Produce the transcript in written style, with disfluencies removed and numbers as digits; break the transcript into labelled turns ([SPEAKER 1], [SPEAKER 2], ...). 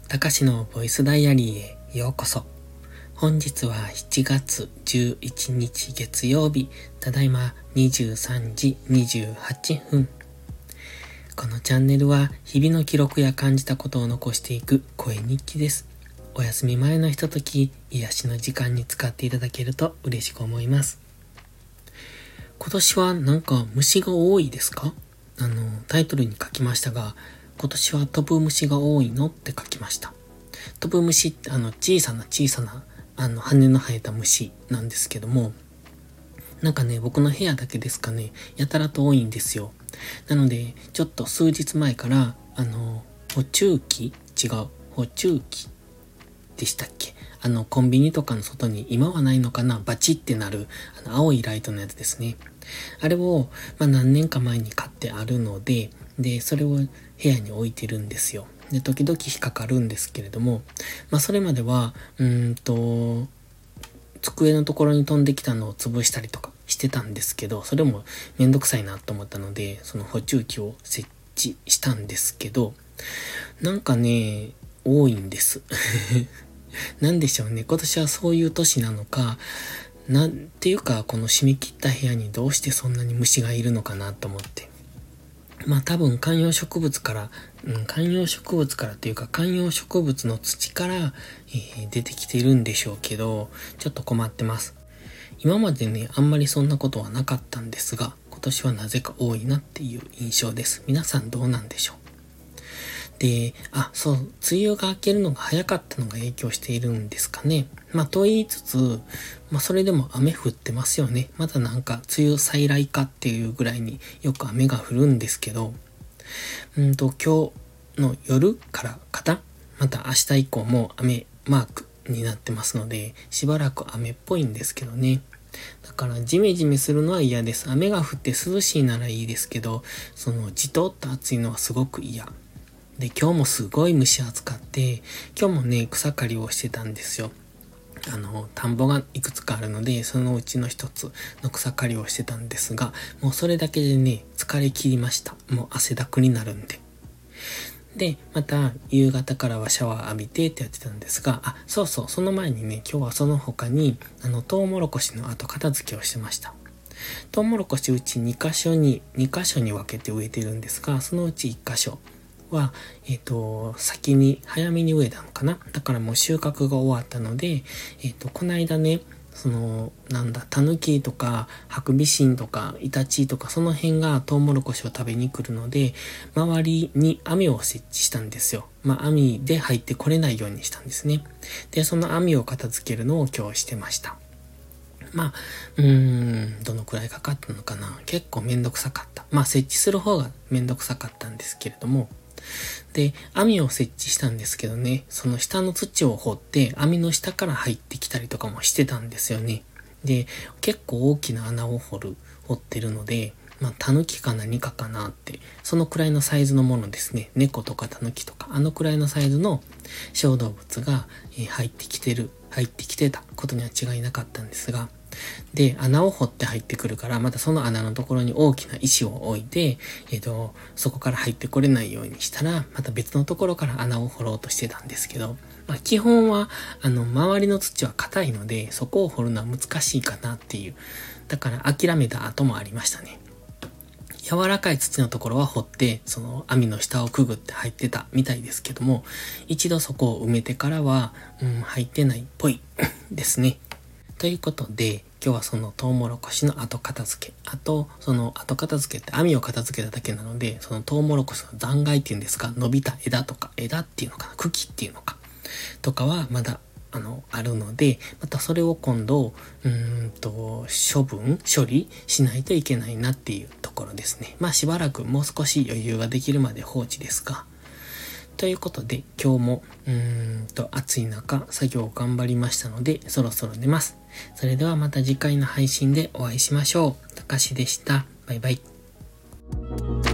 [SPEAKER 1] たかしのボイスダイアリーへようこそ。本日は7月11日月曜日、ただいま23時28分。このチャンネルは日々の記録や感じたことを残していく声日記です。お休み前のひととき、癒しの時間に使っていただけると嬉しく思います。今年はなんか虫が多いですか？タイトルに書きましたが、今年は飛ぶ虫が多いのって書きました。飛ぶ虫って小さな羽の生えた虫なんですけども、なんかね、僕の部屋だけですかね、やたらと多いんですよ。なので、ちょっと数日前から、捕虫器でしたっけ？コンビニとかの外に今はないのかな、バチってなる、青いライトのやつですね。あれを、何年か前に買ってあるので、それを部屋に置いてるんですよ。で、時々引っかかるんですけれども、それまでは、机のところに飛んできたのを潰したりとかしてたんですけど、それもめんどくさいなと思ったので、その捕虫器を設置したんですけど、なんかね、多いんです。なんでしょうね。今年はそういう年なのか、なんていうか、この閉め切った部屋にどうしてそんなに虫がいるのかなと思って。多分観葉植物からというか観葉植物の土から、出てきてるんでしょうけど、ちょっと困ってます。今までね、あんまりそんなことはなかったんですが、今年はなぜか多いなっていう印象です。皆さんどうなんでしょう？で、そう、梅雨が明けるのが早かったのが影響しているんですかね。と言いつつ、それでも雨降ってますよね。まだなんか梅雨再来かっていうぐらいによく雨が降るんですけど、今日の夜からまた明日以降も雨マークになってますので、しばらく雨っぽいんですけどね。だからジメジメするのは嫌です。雨が降って涼しいならいいですけど、そのじとっと暑いのはすごく嫌。で、今日もすごい蒸し暑かって、今日もね、草刈りをしてたんですよ。田んぼがいくつかあるので、そのうちの一つの草刈りをしてたんですが、もうそれだけでね、疲れ切りました。もう汗だくになるんで。で、また、夕方からはシャワー浴びてってやってたんですが、そうそう、その前にね、今日はその他に、トウモロコシの後片付けをしてました。トウモロコシうち2箇所に分けて植えてるんですが、そのうち1箇所は、早めに植えたのかな。だからもう収穫が終わったので、この間ね、タヌキとか、ハクビシンとか、イタチとか、その辺がトウモロコシを食べに来るので、周りに網を設置したんですよ。網で入ってこれないようにしたんですね。で、その網を片付けるのを今日してました。どのくらいかかったのかな。結構めんどくさかった。設置する方がめんどくさかったんですけれども、で、網を設置したんですけどね、その下の土を掘って網の下から入ってきたりとかもしてたんですよね。で、結構大きな穴を掘ってるので、タヌキか何かかなって、そのくらいのサイズのものですね。猫とかタヌキとか、くらいのサイズの小動物が入ってきてたことには違いなかったんですが、で、穴を掘って入ってくるから、またその穴のところに大きな石を置いて、そこから入ってこれないようにしたら、また別のところから穴を掘ろうとしてたんですけど、基本は、周りの土は硬いので、そこを掘るのは難しいかなっていう。だから諦めた後もありましたね。柔らかい土のところは掘って、その網の下をくぐって入ってたみたいですけども、一度そこを埋めてからは、入ってないっぽいですね。ということで、今日はそのトウモロコシの後片付け。その後片付けって網を片付けただけなので、そのトウモロコシの残骸っていうんですか、伸びた枝っていうのかな、茎っていうのか、とかはまだ、あるので、またそれを今度、処理しないといけないなっていうところですね。しばらくもう少し余裕ができるまで放置ですが、ということで、今日も、暑い中、作業を頑張りましたので、そろそろ寝ます。それではまた次回の配信でお会いしましょう。たかしでした。バイバイ。